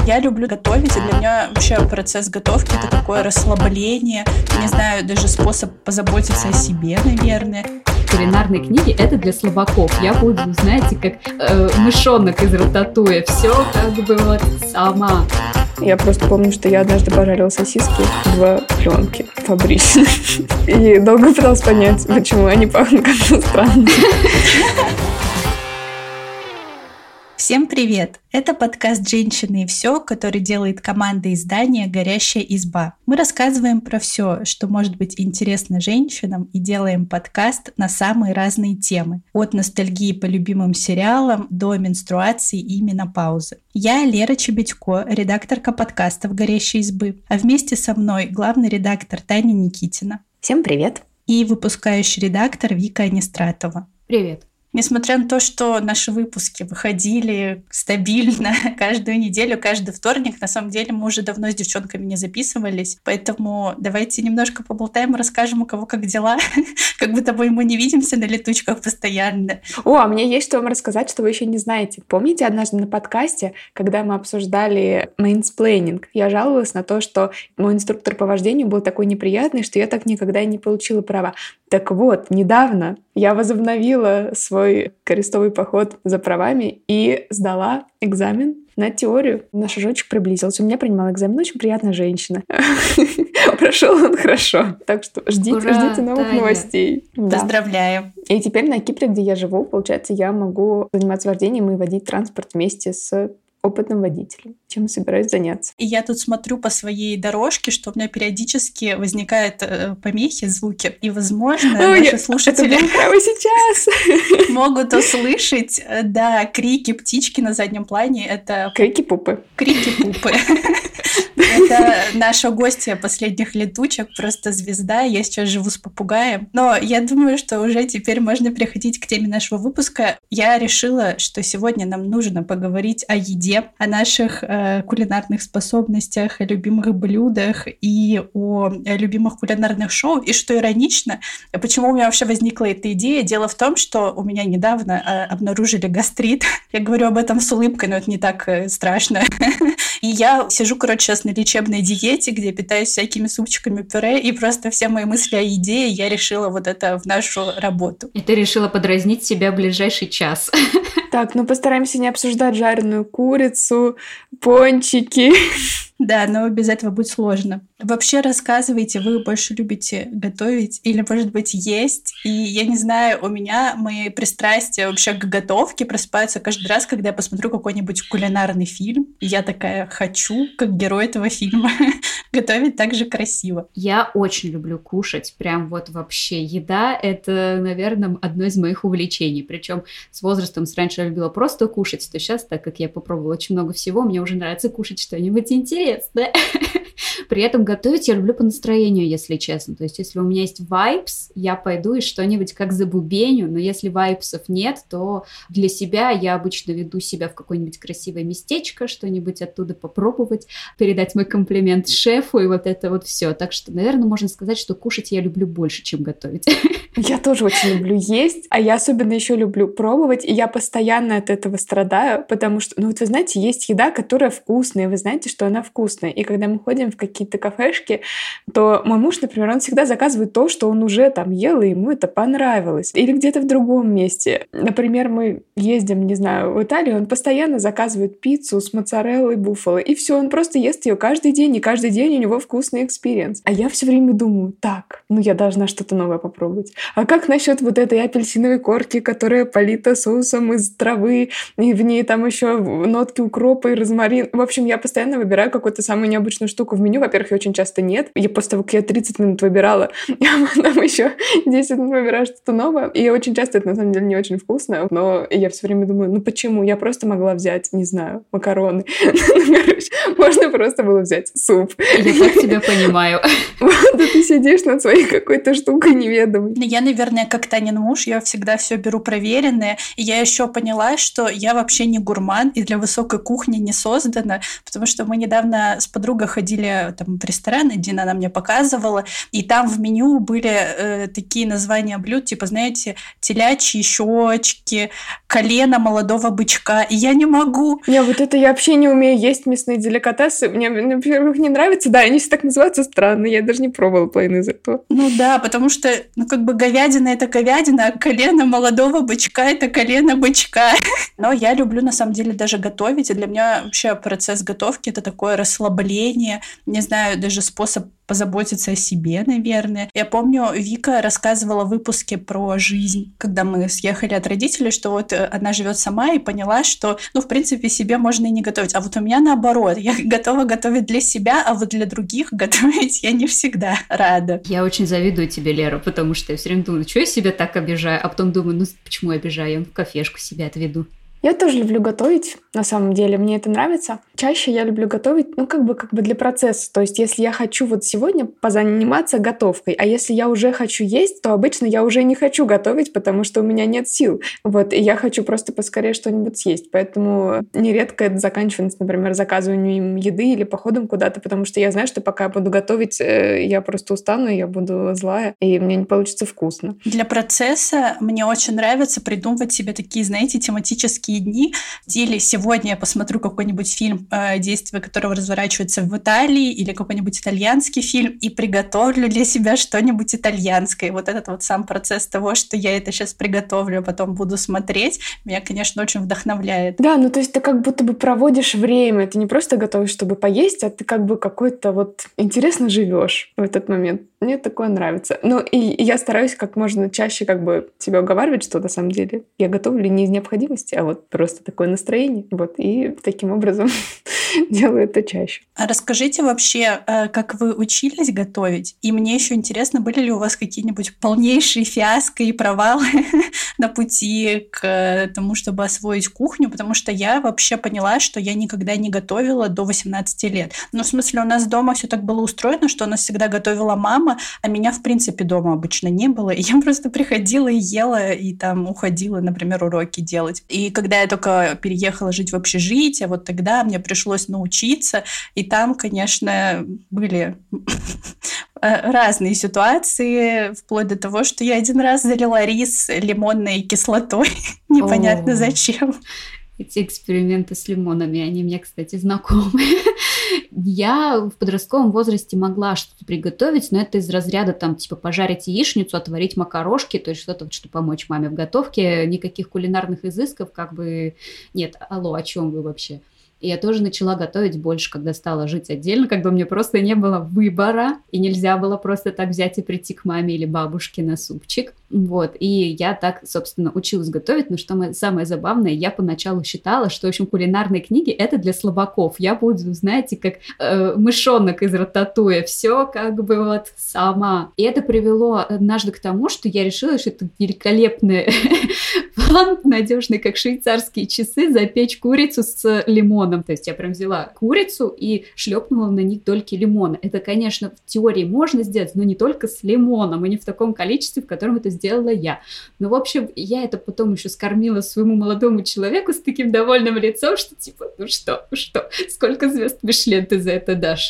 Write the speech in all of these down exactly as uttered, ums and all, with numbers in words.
Я люблю готовить, и для меня вообще процесс готовки — это такое расслабление, не знаю, даже способ позаботиться о себе, наверное. Кулинарные книги — это для слабаков. Я буду, знаете, как э, мышонок из Рататуя. Все как бы вот сама. Я просто помню, что я однажды пожарила сосиски в пленке фабричной. И долго пыталась понять, почему они пахнут как-то странно. Всем привет! Это подкаст «Женщины и все», который делает команда издания «Горящая изба». Мы рассказываем про все, что может быть интересно женщинам, и делаем подкаст на самые разные темы. От ностальгии по любимым сериалам до менструации и менопаузы. Я Лера Чебедько, редакторка подкастов «Горящей избы», а вместе со мной главный редактор Таня Никитина. Всем привет! И выпускающий редактор Вика Анистратова. Привет! Несмотря на то, что наши выпуски выходили стабильно каждую неделю, каждый вторник, на самом деле мы уже давно с девчонками не записывались, поэтому давайте немножко поболтаем, расскажем, у кого как дела, как будто бы мы не видимся на летучках постоянно. О, а мне есть что вам рассказать, что вы еще не знаете. Помните однажды на подкасте, когда мы обсуждали мейнсплейнинг, я жаловалась на то, что мой инструктор по вождению был такой неприятный, что я так никогда и не получила права. Так вот, недавно я возобновила свой крестовый поход за правами и сдала экзамен на теорию. Наш шажочек приблизился. У меня принимала экзамен очень приятная женщина. Прошел он хорошо. Так что ждите, Ура, ждите новых Таня. новостей. Поздравляю. Да. И теперь на Кипре, где я живу, получается, я могу заниматься вождением и водить транспорт вместе с опытным водителем, чем собираюсь заняться. И я тут смотрю по своей дорожке, что у меня периодически возникают э, помехи, звуки. И, возможно, Ой, наши слушатели это прямо сейчас могут услышать, э, да, крики птички на заднем плане. Это крики-пупы. Крики-пупы. Это наша гостья последних летучек, просто звезда. Я сейчас живу с попугаем. Но я думаю, что уже теперь можно переходить к теме нашего выпуска. Я решила, что сегодня нам нужно поговорить о еде, о наших э, кулинарных способностях, о любимых блюдах и о, о любимых кулинарных шоу. И что иронично, почему у меня вообще возникла эта идея? Дело в том, что у меня недавно э, обнаружили гастрит. Я говорю об этом с улыбкой, но это не так э, страшно. И я сижу, короче, сейчас на лечебной диете, где питаюсь всякими супчиками, пюре, и просто все мои мысли о еде, и я решила вот это в нашу работу. И ты решила подразнить себя в ближайший час. Так, ну постараемся не обсуждать жареную курицу, пончики. Да, но без этого будет сложно. Вообще рассказывайте, вы больше любите готовить или, может быть, есть? И я не знаю, у меня мои пристрастия вообще к готовке просыпаются каждый раз, когда я посмотрю какой-нибудь кулинарный фильм. И я такая хочу, как герой этого фильма, готовить так же красиво. Я очень люблю кушать, прям вот вообще. Еда — это, наверное, одно из моих увлечений. Причем с возрастом, раньше я любила просто кушать, то сейчас, так как я попробовала очень много всего, мне уже нравится кушать что-нибудь интересное. При этом готовить я люблю по настроению, если честно. То есть, если у меня есть вайбс, я пойду и что-нибудь как забубеню, но если вайбсов нет, то для себя я обычно веду себя в какое-нибудь красивое местечко, что-нибудь оттуда попробовать, передать мой комплимент шефу и вот это вот все. Так что, наверное, можно сказать, что кушать я люблю больше, чем готовить. Я тоже очень люблю есть, а я особенно еще люблю пробовать, и я постоянно от этого страдаю, потому что, ну вот вы знаете, есть еда, которая вкусная, вы знаете, что она вкусная, и когда мы ходим в какие-то кафешки, то мой муж, например, он всегда заказывает то, что он уже там ел, и ему это понравилось. Или где-то в другом месте. Например, мы ездим, не знаю, в Италию, он постоянно заказывает пиццу с моцареллой буффало, и все, он просто ест ее каждый день, и каждый день у него вкусный экспириенс. А я все время думаю, так, ну я должна что-то новое попробовать. А как насчет вот этой апельсиновой корки, которая полита соусом из травы, и в ней там еще нотки укропа и розмарин. В общем, я постоянно выбираю какую-то самую необычную штуку в меню. Во-первых, ее очень часто нет. Я после того, как я тридцать минут выбирала, я потом еще десять минут выбираю что-то новое. И очень часто это, на самом деле, не очень вкусно. Но я все время думаю, ну почему? Я просто могла взять, не знаю, макароны. Короче, можно просто было взять суп. Я так тебя понимаю. Вот, и ты сидишь над своей какой-то штукой неведомой. Я, наверное, как Танин муж, я всегда все беру проверенное. И я еще поняла, что я вообще не гурман и для высокой кухни не создана, потому что мы недавно с подругой ходили там в ресторан один, она мне показывала, и там в меню были э, такие названия блюд, типа, знаете, телячьи щечки, колено молодого бычка, и я не могу. Не, вот это я вообще не умею есть мясные деликатесы. Мне, во-первых, не нравится, да, они все так называются странно, я даже не пробовала половину из этого. Ну да, потому что, ну как бы говядина — это говядина, а колено молодого бычка — это колено бычка. Но я люблю, на самом деле, даже готовить, и для меня вообще процесс готовки — это такое расслабление, не знаю, даже способ позаботиться о себе, наверное. Я помню, Вика рассказывала в выпуске про жизнь, когда мы съехали от родителей, что вот она живет сама и поняла, что, ну, в принципе, себе можно и не готовить. А вот у меня наоборот. Я готова готовить для себя, а вот для других готовить я не всегда рада. Я очень завидую тебе, Лера, потому что я все время думаю, что я себя так обижаю, а потом думаю, ну, почему я обижаю? Я в кафешку себя отведу. Я тоже люблю готовить, на самом деле, мне это нравится. Чаще я люблю готовить, ну, как бы, как бы для процесса. То есть, если я хочу вот сегодня позаниматься готовкой, а если я уже хочу есть, то обычно я уже не хочу готовить, потому что у меня нет сил. Вот, и я хочу просто поскорее что-нибудь съесть. Поэтому нередко это заканчивается, например, заказыванием еды или походом куда-то, потому что я знаю, что пока я буду готовить, я просто устану, я буду злая, и мне не получится вкусно. Для процесса мне очень нравится придумывать себе такие, знаете, тематические дни, или сегодня я посмотрю какой-нибудь фильм, действие которого разворачивается в Италии, или какой-нибудь итальянский фильм, и приготовлю для себя что-нибудь итальянское. И вот этот вот сам процесс того, что я это сейчас приготовлю, а потом буду смотреть, меня, конечно, очень вдохновляет. Да, ну то есть ты как будто бы проводишь время, ты не просто готовишь, чтобы поесть, а ты как бы какой-то вот интересно живешь в этот момент. Мне такое нравится. Ну и, и я стараюсь как можно чаще как бы себя уговаривать, что на самом деле я готовлю не из необходимости, а вот просто такое настроение. Вот, и таким образом делаю это чаще. А расскажите вообще, как вы учились готовить? И мне еще интересно, были ли у вас какие-нибудь полнейшие фиаско и провалы на пути к тому, чтобы освоить кухню? Потому что я вообще поняла, что я никогда не готовила до восемнадцати лет. Ну, в смысле, у нас дома все так было устроено, что у нас всегда готовила мама, а меня, в принципе, дома обычно не было. И я просто приходила и ела, и там уходила, например, уроки делать. И когда я только переехала жить в общежитие, вот тогда мне пришлось научиться. И там, конечно, были разные ситуации, вплоть до того, что я один раз залила рис лимонной кислотой. Непонятно О, зачем. Эти эксперименты с лимонами, они мне, кстати, знакомы. Я в подростковом возрасте могла что-то приготовить, но это из разряда там типа пожарить яичницу, отварить макарошки, то есть что-то, что помочь маме в готовке. Никаких кулинарных изысков как бы нет. Алло, о чем вы вообще? И я тоже начала готовить больше, когда стала жить отдельно, когда у меня просто не было выбора, и нельзя было просто так взять и прийти к маме или бабушке на супчик. Вот, и я так, собственно, училась готовить, но что самое забавное, я поначалу считала, что, в общем, кулинарные книги — это для слабаков. Я буду, знаете, как э, мышонок из Рататуя, все как бы вот сама. И это привело однажды к тому, что я решила, что это великолепный план, надежный, как швейцарские часы, запечь курицу с лимоном. То есть я прям взяла курицу и шлепнула на них дольки лимона. Это, конечно, в теории можно сделать, но не только с лимоном, и не в таком количестве, в котором это сделала я. Ну, в общем, я это потом еще скормила своему молодому человеку с таким довольным лицом, что типа, ну что, ну что, сколько звезд Мишлен ты за это дашь?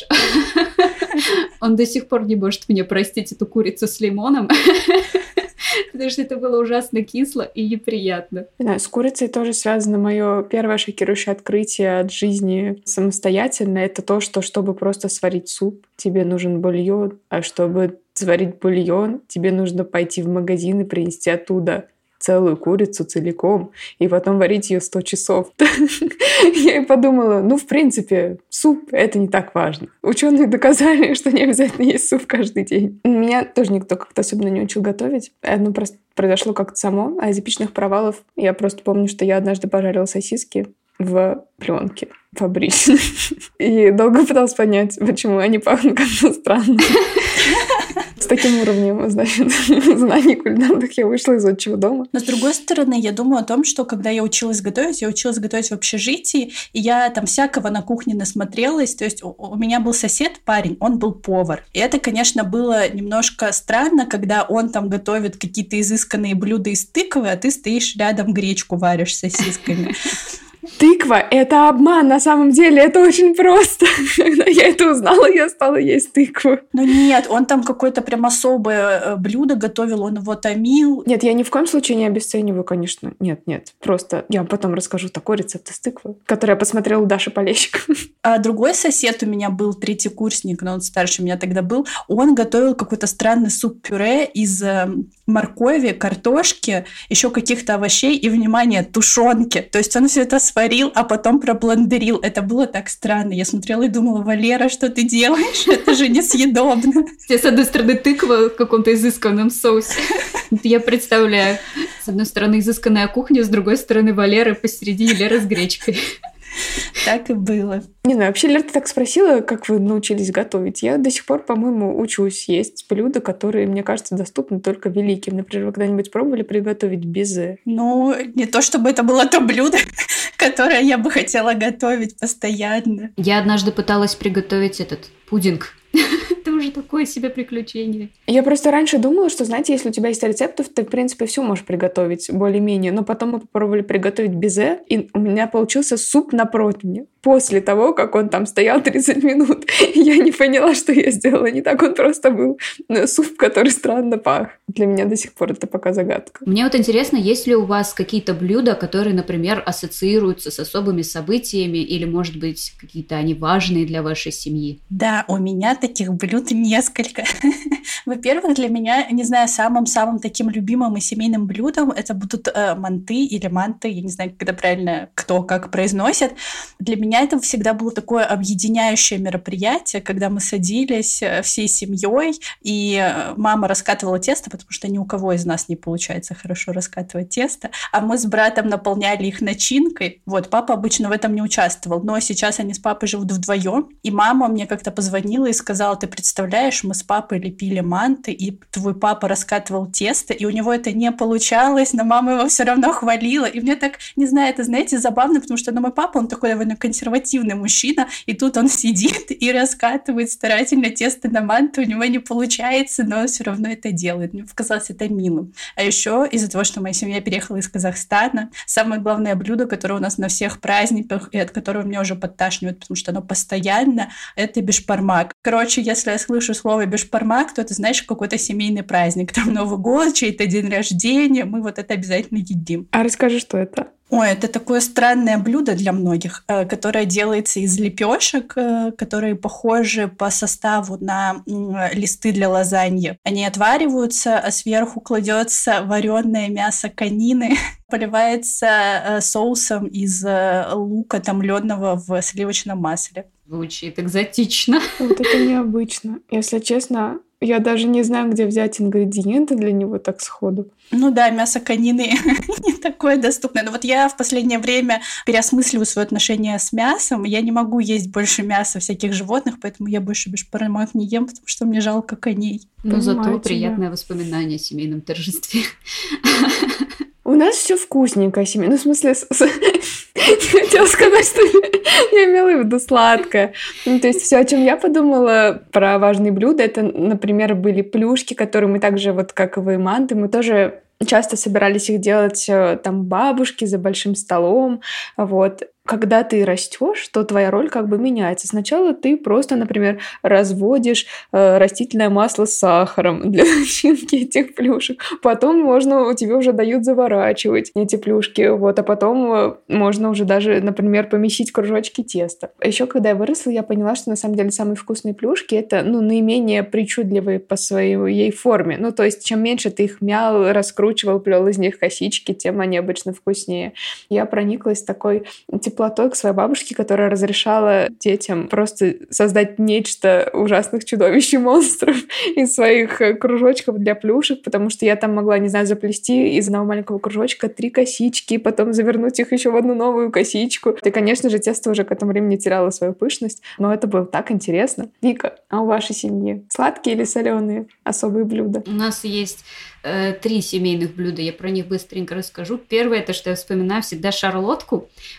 Он до сих пор не может мне простить эту курицу с лимоном, потому что это было ужасно кисло и неприятно. Да, с курицей тоже связано мое первое шокирующее открытие от жизни самостоятельно. Это то, что чтобы просто сварить суп, тебе нужен бульон, а чтобы сварить бульон, тебе нужно пойти в магазин и принести оттуда целую курицу целиком, и потом варить ее сто часов. Я и подумала, ну, в принципе, суп — это не так важно. Ученые доказали, что не обязательно есть суп каждый день. Меня тоже никто как-то особенно не учил готовить. Оно просто произошло как-то само, а из эпичных провалов я просто помню, что я однажды пожарила сосиски в пленке фабричной. И долго пыталась понять, почему они пахнут как-то странно. С таким уровнем, значит, знаний кулинарных я вышла из отчего дома. Но, с другой стороны, я думаю о том, что когда я училась готовить, я училась готовить в общежитии, и я там всякого на кухне насмотрелась. То есть у, у меня был сосед, парень, он был повар. И это, конечно, было немножко странно, когда он там готовит какие-то изысканные блюда из тыквы, а ты стоишь рядом, гречку варишь с сосисками. Тыква — это обман, на самом деле, это очень просто. Когда я это узнала, я стала есть тыкву. Ну нет, он там какое-то прям особое блюдо готовил, он его томил. Нет, я ни в коем случае не обесцениваю, конечно. Нет, нет, просто я потом расскажу такой рецепт из тыквы, который я посмотрела у Даши Полещик. А другой сосед у меня был, третий курсник, но он старше меня тогда был, он готовил какой-то странный суп-пюре из э, моркови, картошки, еще каких-то овощей и, внимание, тушенки. То есть он все это сварил, а потом проблендерил. Это было так странно. Я смотрела и думала: Валера, что ты делаешь? Это же несъедобно. С одной стороны, тыква в каком-то изысканном соусе. Я представляю. С одной стороны, изысканная кухня, с другой стороны, Валера посередине, Лера с гречкой. Так и было. Не знаю, вообще, Лер, ты так спросила, как вы научились готовить. Я до сих пор, по-моему, учусь есть блюда, которые, мне кажется, доступны только великим. Например, вы когда-нибудь пробовали приготовить безе? Ну, не то чтобы это было то блюдо, которое я бы хотела готовить постоянно. Я однажды пыталась приготовить этот пудинг. Это уже такое себе приключение. Я просто раньше думала, что, знаете, если у тебя есть рецептов, ты, в принципе, все можешь приготовить более-менее. Но потом мы попробовали приготовить безе, и у меня получился суп на противне. После того, как он там стоял тридцать минут, я не поняла, что я сделала не так. Он просто был суп, который странно пах. Для меня до сих пор это пока загадка. Мне вот интересно, есть ли у вас какие-то блюда, которые, например, ассоциируются с особыми событиями, или, может быть, какие-то они важные для вашей семьи? Да, у меня таких блюд несколько. Во-первых, для меня, не знаю, самым-самым таким любимым и семейным блюдом это будут э, манты или манты, я не знаю, когда правильно кто как произносит. Для меня это всегда было такое объединяющее мероприятие, когда мы садились всей семьей, и мама раскатывала тесто, потому что ни у кого из нас не получается хорошо раскатывать тесто, а мы с братом наполняли их начинкой. Вот, папа обычно в этом не участвовал, но сейчас они с папой живут вдвоем, и мама мне как-то позвонила и сказала: ты представляешь, мы с папой лепили манты, и твой папа раскатывал тесто, и у него это не получалось, но мама его все равно хвалила. И мне так, не знаю, это, знаете, забавно, потому что ну, мой папа, он такой довольно консервативный мужчина, и тут он сидит и раскатывает старательно тесто на манты, у него не получается, но он все равно это делает. Мне показалось это милым. А еще из-за того, что моя семья переехала из Казахстана, самое главное блюдо, которое у нас на всех праздниках, и от которого меня уже подташнивает, потому что оно постоянно, это бешбармак. Короче, если я слышу слово бешбармак, то это, знаешь, какой-то семейный праздник. Там Новый год, чей-то день рождения, мы вот это обязательно едим. А расскажи, что это? Ой, это такое странное блюдо для многих, которое делается из лепешек, которые похожи по составу на листы для лазаньи. Они отвариваются, а сверху кладется вареное мясо конины, поливается соусом из лука, томленного в сливочном масле. Звучит экзотично. Вот это необычно. Если честно, я даже не знаю, где взять ингредиенты для него так сходу. Ну да, мясо конины не такое доступное. Но вот я в последнее время переосмысливаю свое отношение с мясом. Я не могу есть больше мяса всяких животных, поэтому я больше бешбармак не ем, потому что мне жалко коней. Но зато Понимаю приятное тебя. воспоминание о семейном торжестве. У нас все вкусненько, семья. Ну, в смысле, с- с- хотела сказать, что я имела в виду сладкое. Ну, то есть все, о чем я подумала про важные блюда, это, например, были плюшки, которые мы также, вот как и вы, манты, мы тоже часто собирались их делать э, там бабушки за большим столом, вот. Когда ты растешь, то твоя роль как бы меняется. Сначала ты просто, например, разводишь э, растительное масло с сахаром для начинки этих плюшек. Потом можно, тебе уже дают заворачивать эти плюшки, вот, а потом э, можно уже даже, например, помещить кружочки теста. А еще, когда я выросла, я поняла, что на самом деле самые вкусные плюшки — это, ну, наименее причудливые по своей форме. Ну, то есть, чем меньше ты их мял, раскручивал, плел из них косички, тем они обычно вкуснее. Я прониклась такой теплотой к своей бабушке, которая разрешала детям просто создать нечто ужасных чудовищ и монстров из своих кружочков для плюшек, потому что я там могла, не знаю, заплести из одного маленького кружочка три косички, потом завернуть их еще в одну новую косичку. И, конечно же, тесто уже к этому времени теряло свою пышность, но это было так интересно. Вика, а у вашей семьи сладкие или соленые особые блюда? У нас есть э, три семейных блюда, я про них быстренько расскажу. Первое, это что я вспоминаю всегда шарлотку. У меня мама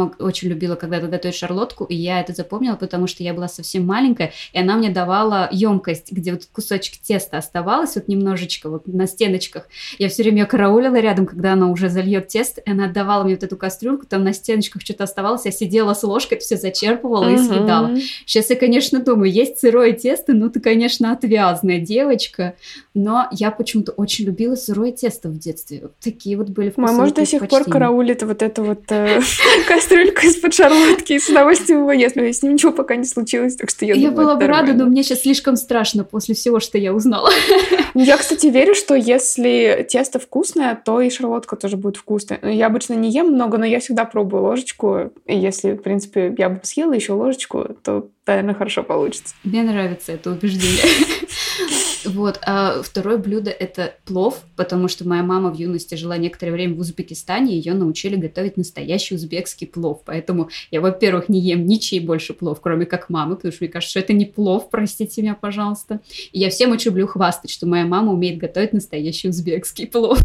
мама очень любила когда-то готовить шарлотку, и я это запомнила, потому что я была совсем маленькая, и она мне давала емкость, где вот кусочек теста оставалось, вот немножечко вот на стеночках. Я все время караулила рядом, когда она уже зальет тесто, и она отдавала мне вот эту кастрюльку, там на стеночках что-то оставалось, я сидела с ложкой, все зачерпывала и съедала. Сейчас я, конечно, думаю, есть сырое тесто, ну ты, конечно, отвязная девочка, но я почему-то очень любила сырое тесто в детстве. Вот такие вот были вкусовые Мой муж до сих пор караулит вот эту вот э, кастрюльку из-под шарлотки и с удовольствием его ест, но с ним ничего пока не случилось, так что я Я думаю, была бы рада, но мне сейчас слишком страшно после всего, что я узнала. Я, кстати, верю, что если тесто вкусное, то и шарлотка тоже будет вкусная. Я обычно не ем много, но я всегда пробую ложечку, и если, в принципе, я бы съела еще ложечку, то, наверное, хорошо получится. Мне нравится это убеждение. Вот. А второе блюдо – это плов, потому что моя мама в юности жила некоторое время в Узбекистане, ее научили готовить настоящий узбекский плов. Поэтому я, во-первых, не ем ничей больше плов, кроме как мамы, потому что мне кажется, что это не плов, простите меня, пожалуйста. И я всем очень люблю хвастать, что моя мама умеет готовить настоящий узбекский плов.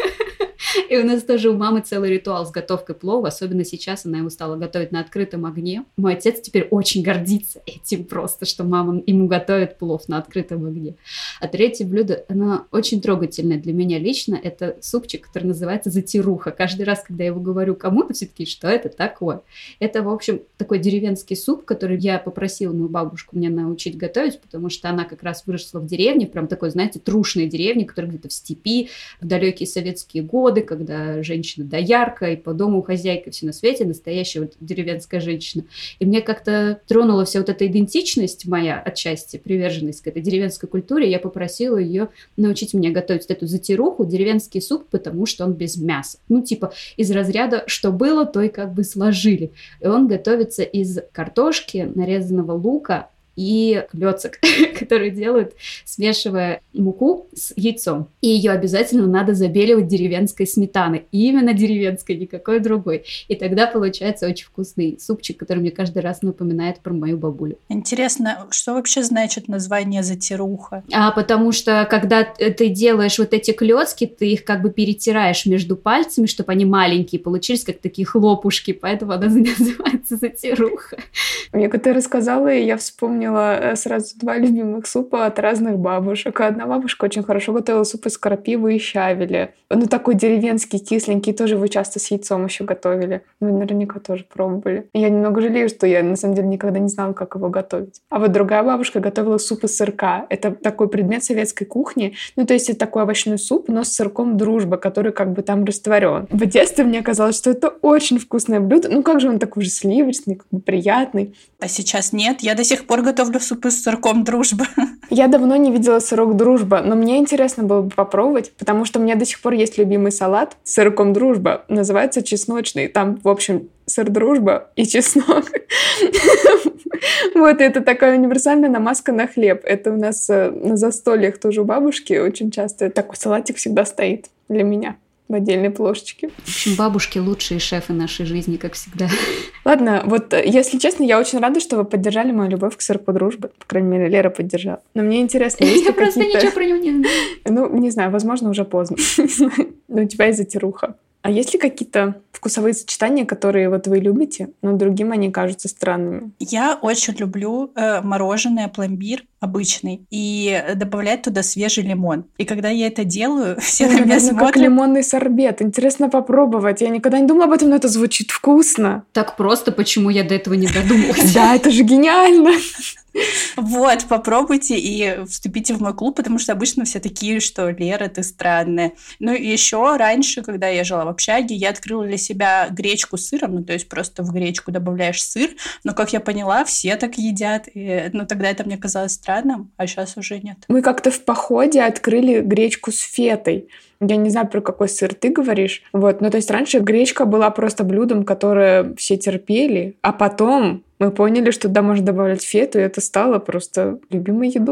И у нас тоже у мамы целый ритуал с готовкой плова, особенно сейчас она его стала готовить на открытом огне. Мой отец теперь очень гордится этим просто, что мама ему готовит плов на открытом огне. А третье блюдо, оно очень трогательное для меня лично, это супчик, который называется затируха. Каждый раз, когда я его говорю кому-то, все таки, что это такое? Это, в общем, такой деревенский суп, который я попросила мою бабушку меня научить готовить, потому что она как раз выросла в деревне, прям такой, знаете, трушной деревне, которая где-то в степи, в далекие советские годы, когда женщина-доярка и по дому хозяйка, все на свете, настоящая вот деревенская женщина. И мне как-то тронула вся вот эта идентичность моя, отчасти приверженность к этой деревенской культуре. Я попросила ее научить меня готовить эту затируху, деревенский суп, потому что он без мяса. Ну, типа из разряда «что было, то и как бы сложили». И он готовится из картошки, нарезанного лука, и клёцок, которые делают, смешивая муку с яйцом. И ее обязательно надо забеливать деревенской сметаной. Именно деревенской, никакой другой. И тогда получается очень вкусный супчик, который мне каждый раз напоминает про мою бабулю. Интересно, что вообще значит название затируха? А потому что, когда ты делаешь вот эти клёцки, ты их как бы перетираешь между пальцами, чтобы они маленькие получились, как такие хлопушки, поэтому она называется затируха. Мне когда ты рассказала, и я вспомнила сразу два любимых супа от разных бабушек. Одна бабушка очень хорошо готовила суп из крапивы и щавеля. Ну, такой деревенский, кисленький, тоже его часто с яйцом еще готовили. Вы наверняка тоже пробовали. И я немного жалею, что я, на самом деле, никогда не знала, как его готовить. А вот другая бабушка готовила суп из сырка. Это такой предмет советской кухни. Ну, то есть это такой овощной суп, но с сырком «Дружба», который как бы там растворен. В детстве мне казалось, что это очень вкусное блюдо. Ну, как же он такой же сливочный, как бы приятный. А сейчас нет. Я до сих пор готовлю супы с сырком «Дружба». Я давно не видела сырок «Дружба», но мне интересно было бы попробовать, потому что у меня до сих пор есть любимый салат с сырком «Дружба». Называется чесночный. Там, в общем, сыр «Дружба» и чеснок. Вот, это такая универсальная намазка на хлеб. Это у нас на застольях тоже у бабушки очень часто такой салатик всегда стоит для меня в отдельной плошечке. В общем, бабушки лучшие шефы нашей жизни, как всегда. Ладно, вот, если честно, я очень рада, что вы поддержали мою любовь к сырку «Дружбы». По крайней мере, Лера поддержала. Но мне интересно, есть ли какие-то... Я просто ничего про него не знаю. Ну, не знаю, возможно, уже поздно. Но у тебя есть затируха. А есть ли какие-то вкусовые сочетания, которые вот вы любите, но другим они кажутся странными? Я очень люблю э, мороженое пломбир обычный и добавлять туда свежий лимон. И когда я это делаю, все на меня смотрят. Как лимонный сорбет. Интересно попробовать. Я никогда не думала об этом, но это звучит вкусно. Так просто, почему я до этого не додумалась? Да, это же гениально. Вот, попробуйте и вступите в мой клуб, потому что обычно все такие, что Лера, ты странная. Ну и еще раньше, когда я жила в общаге, я открыла для себя гречку с сыром, ну то есть просто в гречку добавляешь сыр, но, как я поняла, все так едят, и, ну тогда это мне казалось странным, а сейчас уже нет. Мы как-то в походе открыли гречку с фетой. Я не знаю, про какой сыр ты говоришь. Вот. Ну, то есть раньше гречка была просто блюдом, которое все терпели, а потом мы поняли, что туда можно добавлять фету, и это стало просто любимой едой.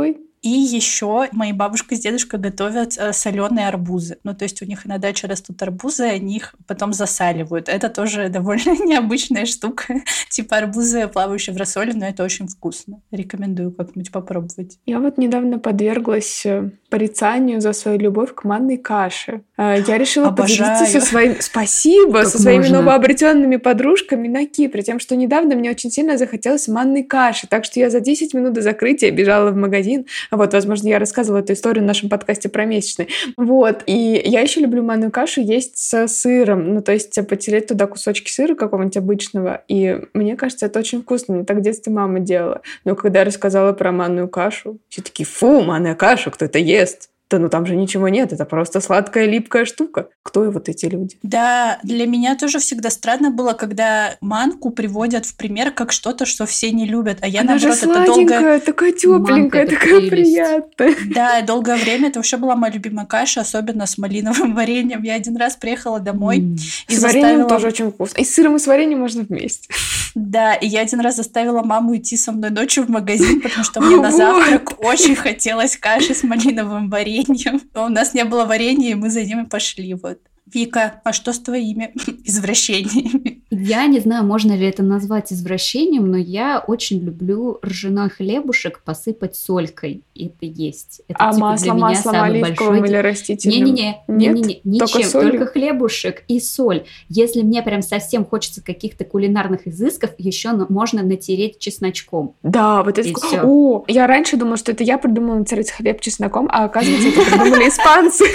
И еще мои бабушка с дедушкой готовят э, соленые арбузы. Ну, то есть у них на даче растут арбузы, они их потом засаливают. Это тоже довольно необычная штука. Типа арбузы, плавающие в рассоле, но это очень вкусно. Рекомендую как-нибудь попробовать. Я вот недавно подверглась порицанию за свою любовь к манной каше. Я решила Обожаю. поделиться со своими... Спасибо! Как со своими можно? новообретенными подружками на Кипре. Тем, что недавно мне очень сильно захотелось манной каши. Так что я за десять минут до закрытия бежала в магазин. Вот, возможно, я рассказывала эту историю в нашем подкасте про месячные. Вот. И я еще люблю манную кашу есть со сыром. Ну, то есть потереть туда кусочки сыра какого-нибудь обычного. И мне кажется, это очень вкусно. Мне так в детстве мама делала. Но когда я рассказала про манную кашу, все такие: фу, манная каша, кто это ест? Да ну там же ничего нет, это просто сладкая липкая штука. Кто вот эти люди? Да, для меня тоже всегда странно было, когда манку приводят в пример как что-то, что все не любят. А я, Она наоборот, же это сладенькая, долго... такая тепленькая, Манка — это такая прелесть. приятная. Да, долгое время это вообще была моя любимая каша, особенно с малиновым вареньем. Я один раз приехала домой М. и С вареньем заставила... тоже очень вкусно. И с сыром, и с вареньем можно вместе. Да, и я один раз заставила маму идти со мной ночью в магазин, потому что мне на Вот. завтрак очень хотелось каши с малиновым вареньем. Но у нас не было варенья, и мы за ним и пошли. Вот. Вика, а что с твоими извращениями? Я не знаю, можно ли это назвать извращением, но я очень люблю ржаной хлебушек посыпать солькой. И это есть. Это А типа масло, для меня маслом самый оливковым большой... или растительным? Не-не-не, Нет? не-не-не, Только ничем, солью? только хлебушек и соль. Если мне прям совсем хочется каких-то кулинарных изысков, еще на- можно натереть чесночком. Да, вот это... И вку- всё. О, я раньше думала, что это я придумала натирать хлеб чесноком, а оказывается, это придумали испанцы.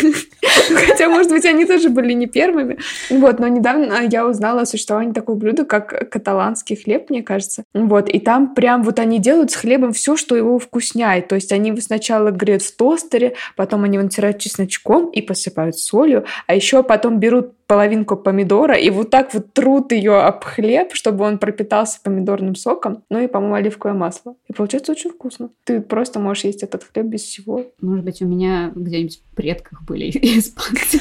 Хотя, может быть, они тоже были не первыми. Вот, но недавно я узнала о существовании такого блюда, как каталанский хлеб, мне кажется. Вот, и там прям вот они делают с хлебом все, что его вкусняет. То есть они его сначала греют в тостере, потом они его натирают чесночком и посыпают солью, а еще потом берут половинку помидора и вот так вот трут ее об хлеб, чтобы он пропитался помидорным соком, ну и, по-моему, оливковое масло. И получается очень вкусно. Ты просто можешь есть этот хлеб без всего. Может быть, у меня где-нибудь в предках были испанцы.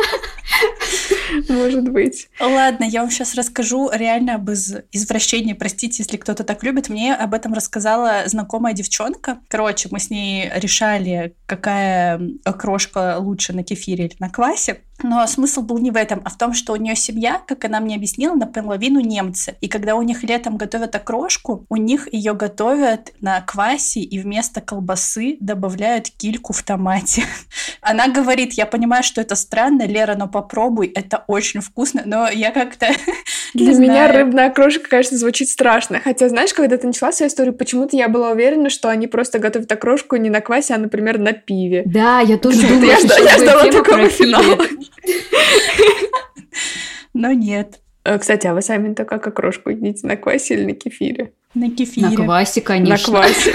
Может быть. Ладно, я вам сейчас расскажу реально об из- извращении. Простите, если кто-то так любит. Мне об этом рассказала знакомая девчонка. Короче, мы с ней решали, какая крошка лучше на кефире или на квасе. Но смысл был не в этом, а в том, что у нее семья, как она мне объяснила, наполовину немцы. И когда у них летом готовят окрошку, у них ее готовят на квасе и вместо колбасы добавляют кильку в томате. Она говорит: я понимаю, что это странно, Лера, но попробуй, это очень вкусно. Но я как-то... Для не меня знаю. рыбная крошка, конечно, звучит страшно. Хотя, знаешь, когда ты начала свою историю, почему-то я была уверена, что они просто готовят окрошку не на квасе, а, например, на пиве. Да, я тоже Почему-то думала, я что ждала- я это ждала тема такого про финала. пиво. Но нет, Э, Кстати, а вы сами-то как окрошку едите, на квасе или на кефире? на кефире. На квасе, конечно. На квасе.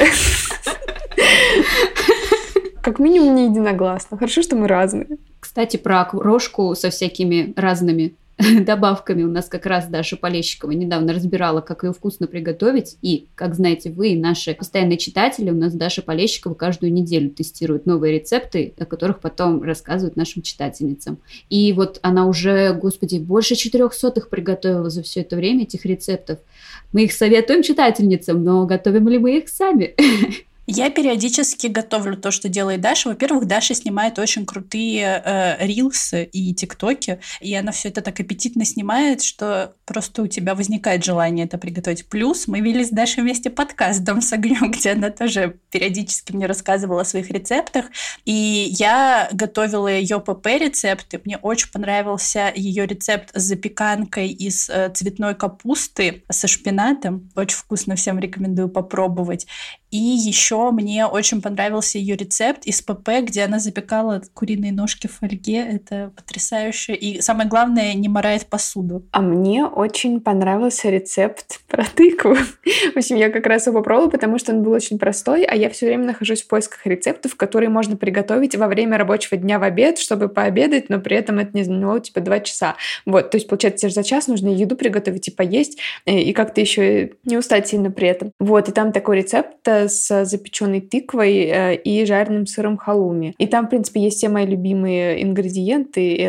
Как минимум не единогласно. Хорошо, что мы разные. Кстати, про окрошку со всякими разными добавками у нас как раз Даша Полещикова недавно разбирала, как ее вкусно приготовить. И, как знаете вы, наши постоянные читатели, у нас Даша Полещикова каждую неделю тестирует новые рецепты, о которых потом рассказывает нашим читательницам. И вот она уже, господи, больше четырехсот их приготовила за все это время, этих рецептов. Мы их советуем читательницам, но готовим ли мы их сами? Я периодически готовлю то, что делает Даша. Во-первых, Даша снимает очень крутые э, рилсы и тиктоки, и она все это так аппетитно снимает, что просто у тебя возникает желание это приготовить. Плюс мы вели с Дашей вместе подкаст «Дом с огнем», где она тоже периодически мне рассказывала о своих рецептах, и я готовила ее ПП-рецепты. Мне очень понравился ее рецепт с запеканкой из э, цветной капусты со шпинатом. Очень вкусно, всем рекомендую попробовать. И еще мне очень понравился ее рецепт из ПП, где она запекала куриные ножки в фольге. Это потрясающе. И самое главное, не морает посуду. А мне очень понравился рецепт про тыкву. В общем, я как раз его попробовала, потому что он был очень простой, а я все время нахожусь в поисках рецептов, которые можно приготовить во время рабочего дня в обед, чтобы пообедать, но при этом это не заняло типа два часа. Вот, то есть, получается, тебе же за час нужно еду приготовить и поесть, и как-то еще не устать сильно при этом. Вот, и там такой рецепт с запеченной тыквой и жареным сыром халуми. И там, в принципе, есть все мои любимые ингредиенты. Это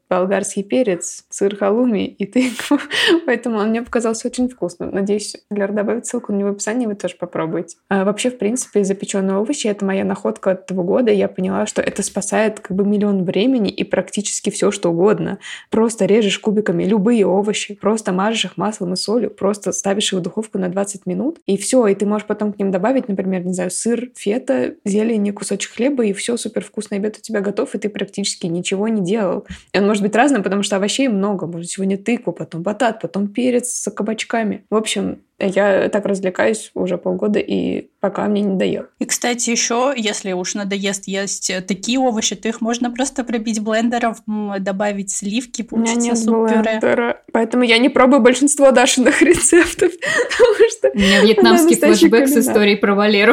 болгарский перец, сыр халуми и тыкву. Поэтому он мне показался очень вкусным. Надеюсь, Лера добавит ссылку на него в описании, вы тоже попробуйте. А вообще, в принципе, запеченные овощи — это моя находка этого года. Я поняла, что это спасает как бы миллион времени и практически все, что угодно. Просто режешь кубиками любые овощи, просто мажешь их маслом и солью, просто ставишь их в духовку на двадцать минут, и все. И ты можешь потом к ним добавить, например, не знаю, сыр, фета, зелень, кусочек хлеба, и все, супер вкусный обед у тебя готов, и ты практически ничего не делал. И он может быть разным, потому что овощей много. Может, сегодня тыкву, потом батат, потом перец с кабачками. В общем, я так развлекаюсь уже полгода, и пока мне не надоело. И, кстати, еще, если уж надоест есть такие овощи, то их можно просто пробить блендером, добавить сливки, получится У меня нет суп-пюре. блендера, поэтому я не пробую большинство Дашиных рецептов, потому что у меня вьетнамский флешбэк с историей про Валеру.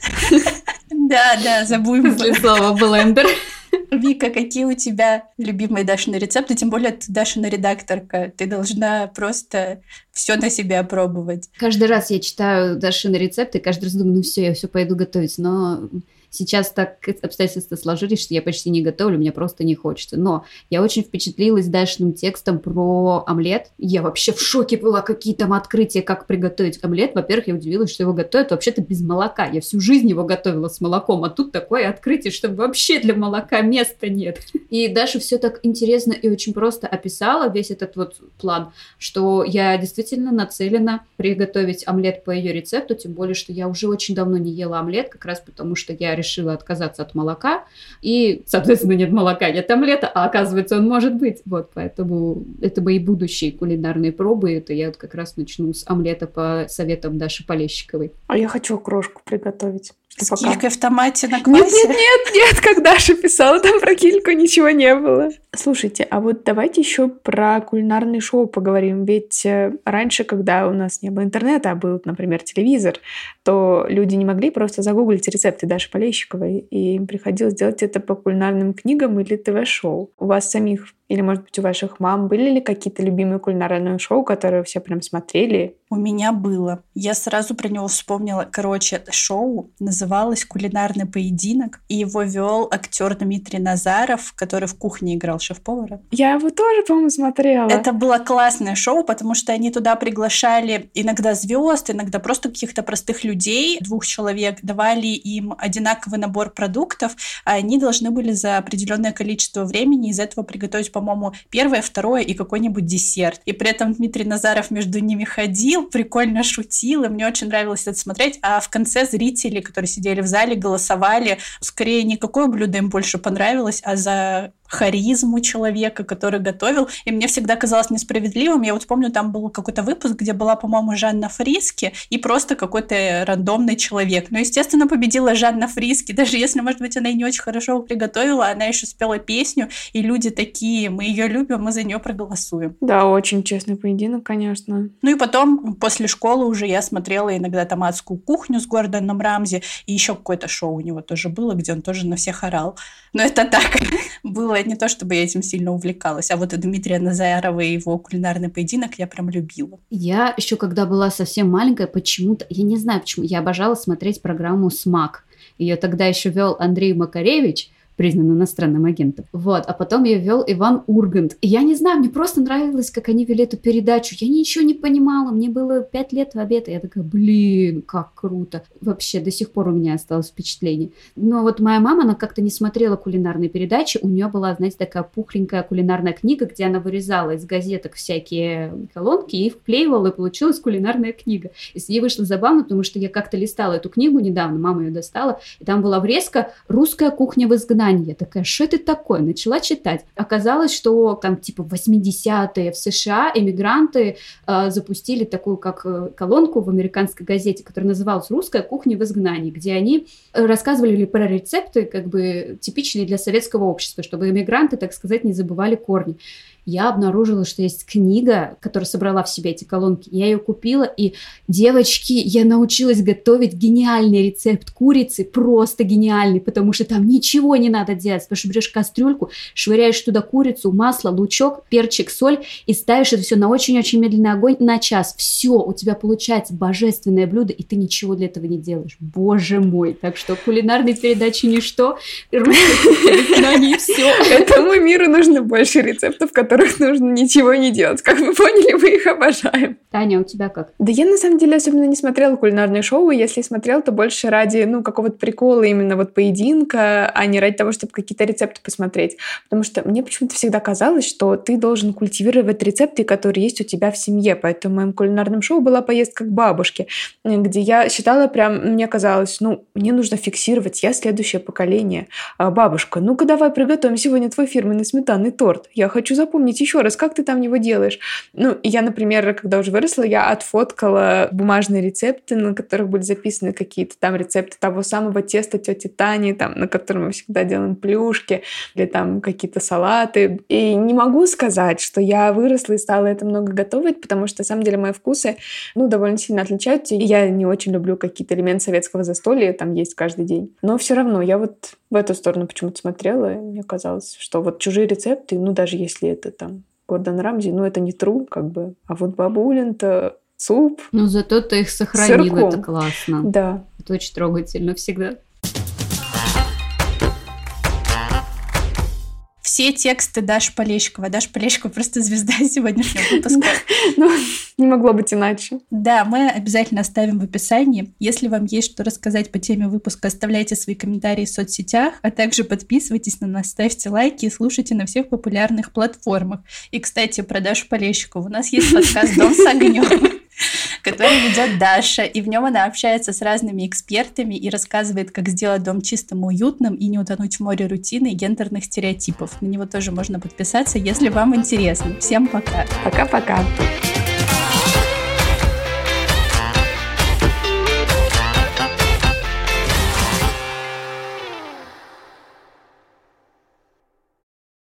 Да, да, забудем. После слова блендер. Вика, какие у тебя любимые Дашины рецепты? Тем более ты Дашина редакторка. Ты должна просто все на себя пробовать. Каждый раз я читаю Дашины рецепты, и каждый раз думаю, ну все, я все пойду готовить. Но сейчас так обстоятельства сложились, что я почти не готовлю, мне просто не хочется. Но я очень впечатлилась Дашиным текстом про омлет. Я вообще в шоке была, какие там открытия, как приготовить омлет. Во-первых, я удивилась, что его готовят вообще-то без молока. Я всю жизнь его готовила с молоком, а тут такое открытие, что вообще для молока места нет. И Даша все так интересно и очень просто описала весь этот вот план, что я действительно нацелена приготовить омлет по ее рецепту, тем более, что я уже очень давно не ела омлет, как раз потому, что я решила отказаться от молока, и, соответственно, нет молока, нет омлета, а оказывается, он может быть. Вот, поэтому это мои будущие кулинарные пробы, это я вот как раз начну с омлета по советам Даши Полещиковой. А я хочу окрошку приготовить. С килькой в томате на квасе? Нет, нет, нет, нет, как Даша писала, там про кильку ничего не было. Слушайте, а вот давайте еще про кулинарные шоу поговорим. Ведь раньше, когда у нас не было интернета, а был, например, телевизор, то люди не могли просто загуглить рецепты Даши Полещиковой, и им приходилось делать это по кулинарным книгам или ТВ-шоу. У вас самих или, может быть, у ваших мам были ли какие-то любимые кулинарные шоу, которые все прям смотрели? У меня было. Я сразу про него вспомнила. Короче, шоу называлось «Кулинарный поединок», и его вел актер Дмитрий Назаров, который в кухне играл шеф-повара. Я его тоже, по-моему, смотрела. Это было классное шоу, потому что они туда приглашали иногда звезд, иногда просто каких-то простых людей, двух человек, давали им одинаковый набор продуктов, а они должны были за определенное количество времени из этого приготовить, по-моему, первое, второе и какой-нибудь десерт. И при этом Дмитрий Назаров между ними ходил, прикольно шутил, и мне очень нравилось это смотреть. А в конце зрители, которые сидели в зале, голосовали. Скорее, не какое блюдо им больше понравилось, а за харизму человека, который готовил. И мне всегда казалось несправедливым. Я вот помню, там был какой-то выпуск, где была, по-моему, Жанна Фриске и просто какой-то рандомный человек. Но, естественно, победила Жанна Фриске. Даже если, может быть, она и не очень хорошо приготовила, она еще спела песню, и люди такие, мы ее любим, мы за нее проголосуем. Да, очень честный поединок, конечно. Ну и потом, после школы уже я смотрела иногда там «Адскую кухню» с Гордоном Рамзи, и еще какое-то шоу у него тоже было, где он тоже на всех орал. Но это так было не то, чтобы я этим сильно увлекалась, а вот Дмитрия Назарова и его «Кулинарный поединок» я прям любила. Я еще когда была совсем маленькая, почему-то, я не знаю почему, я обожала смотреть программу «Смак». Ее тогда еще вел Андрей Макаревич, признан иностранным агентом. Вот. А потом ее вел Иван Ургант. И я не знаю, мне просто нравилось, как они вели эту передачу. Я ничего не понимала. Мне было пять лет в обед, и я такая, блин, как круто. Вообще, до сих пор у меня осталось впечатление. Но вот моя мама, она как-то не смотрела кулинарные передачи. У нее была, знаете, такая пухленькая кулинарная книга, где она вырезала из газеток всякие колонки и вклеивала, и получилась кулинарная книга. И с ней вышло забавно, потому что я как-то листала эту книгу недавно, мама ее достала, и там была врезка «Русская кухня в изгнании». Я такая, что это такое? Начала читать. Оказалось, что там типа в восьмидесятые в США эмигранты э, запустили такую как э, колонку в американской газете, которая называлась «Русская кухня в изгнании», где они рассказывали про рецепты, как бы типичные для советского общества, чтобы эмигранты, так сказать, не забывали корни. я обнаружила, что есть книга, которая собрала в себе эти колонки. Я ее купила, и, девочки, я научилась готовить гениальный рецепт курицы, просто гениальный, потому что там ничего не надо делать. Потому что берешь кастрюльку, швыряешь туда курицу, масло, лучок, перчик, соль и ставишь это все на очень-очень медленный огонь на час. Все, у тебя получается божественное блюдо, и ты ничего для этого не делаешь. Боже мой. Так что кулинарные передачи ничто, русское знание все. Этому миру нужно больше рецептов, в которых нужно ничего не делать. Как вы поняли, мы их обожаем. Таня, у тебя как? Да я на самом деле особенно не смотрела кулинарные шоу. Если смотрела, то больше ради, ну, какого-то прикола именно вот поединка, а не ради того, чтобы какие-то рецепты посмотреть. Потому что мне почему-то всегда казалось, что ты должен культивировать рецепты, которые есть у тебя в семье. Поэтому в моем кулинарном шоу была поездка к бабушке, где я считала прям, мне казалось, ну, мне нужно фиксировать, я следующее поколение. А бабушка, ну-ка давай приготовим сегодня твой фирменный сметанный торт. Я хочу запомнить еще раз, как ты там его делаешь. Ну, и я, например, когда уже выросла, я отфоткала бумажные рецепты, на которых были записаны какие-то там рецепты того самого теста тети Тани, там, на котором мы всегда делаем плюшки, или там какие-то салаты. И не могу сказать, что я выросла и стала это много готовить, потому что, на самом деле, мои вкусы, ну, довольно сильно отличаются. И я не очень люблю какие-то элементы советского застолья, там есть каждый день. Но все равно я вот в эту сторону почему-то смотрела, и мне казалось, что вот чужие рецепты, ну, даже если это там Гордон Рамзи, ну, это не true, как бы. А вот бабулин-то суп. Ну, зато ты их сохранила, сырком. Это классно. Да. Это очень трогательно всегда. Все тексты Даши Полещикова. Даша Полещикова просто звезда сегодняшнего выпуска. Ну, не могло быть иначе. Да, мы обязательно оставим в описании. Если вам есть что рассказать по теме выпуска, оставляйте свои комментарии в соцсетях, а также подписывайтесь на нас, ставьте лайки и слушайте на всех популярных платформах. И, кстати, про Дашу Полещикову. У нас есть подкаст «Дом с огнем», который ведет Даша, и в нем она общается с разными экспертами и рассказывает, как сделать дом чистым и уютным и не утонуть в море рутины и гендерных стереотипов. На него тоже можно подписаться, если вам интересно. Всем пока! Пока-пока!